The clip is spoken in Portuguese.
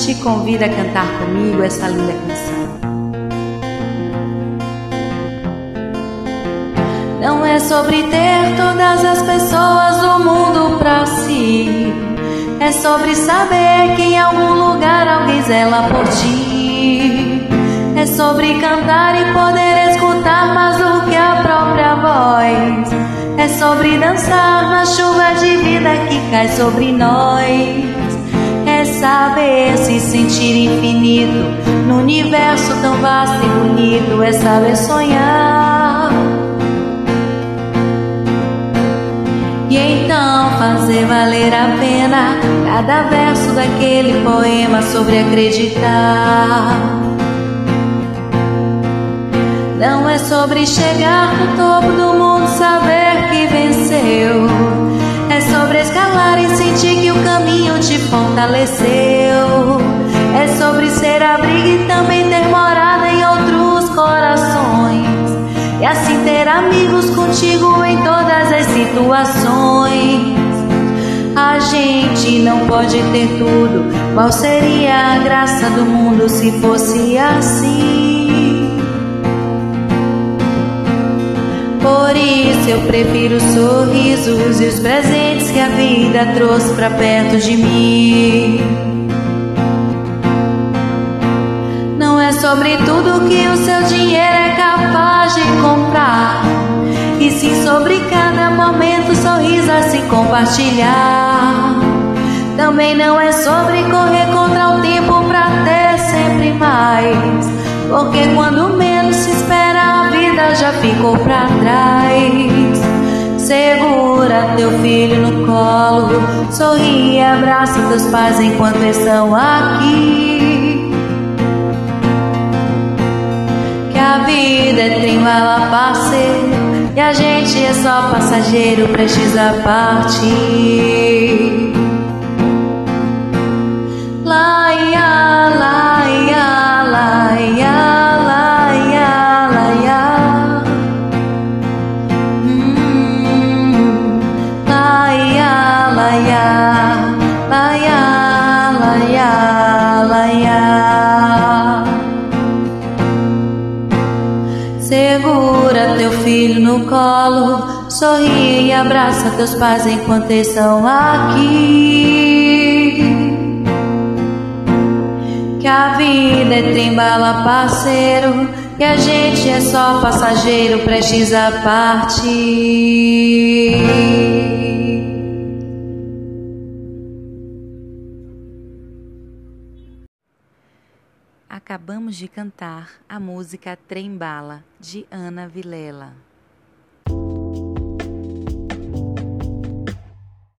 te convido a cantar comigo essa linda canção. Não é sobre ter todas as pessoas do mundo pra si, é sobre saber que em algum lugar alguém zela por ti. É sobre cantar e poder escutar mais do que a própria voz. É sobre dançar na chuva de vida que cai sobre nós. É saber se sentir infinito no universo tão vasto e bonito. É saber sonhar e então fazer valer a pena cada verso daquele poema sobre acreditar. Não é sobre chegar no topo do mundo, saber que venceu. É sobre escalar e sentir que o caminho te fortaleceu. É sobre ser abrigo e também ter morada em outros corações. E assim ter amigos contigo em todas as situações. A gente não pode ter tudo. Qual seria a graça do mundo se fosse assim? Por isso eu prefiro os sorrisos e os presentes que a vida trouxe pra perto de mim. Não é sobre tudo que o seu dinheiro é capaz de comprar, e sim sobre cada momento, sorriso a se compartilhar. Também não é sobre correr contra o tempo pra ter sempre mais, porque quando menos se espera a vida já ficou pra trás. Segura teu filho no colo, sorri e abraça teus pais enquanto estão aqui. Que a vida é trem-bala, parceiro, e a gente é só passageiro prestes a partir. Laia, laia, laia, laia, laia. Laia, laia, laia, laia, laia. Segura teu filho no colo, sorri e abraça teus pais enquanto estão aqui. Que a vida é trem-bala, parceiro, que a gente é só passageiro prestes a partir. Acabamos de cantar a música Trem-bala, de Ana Vilela.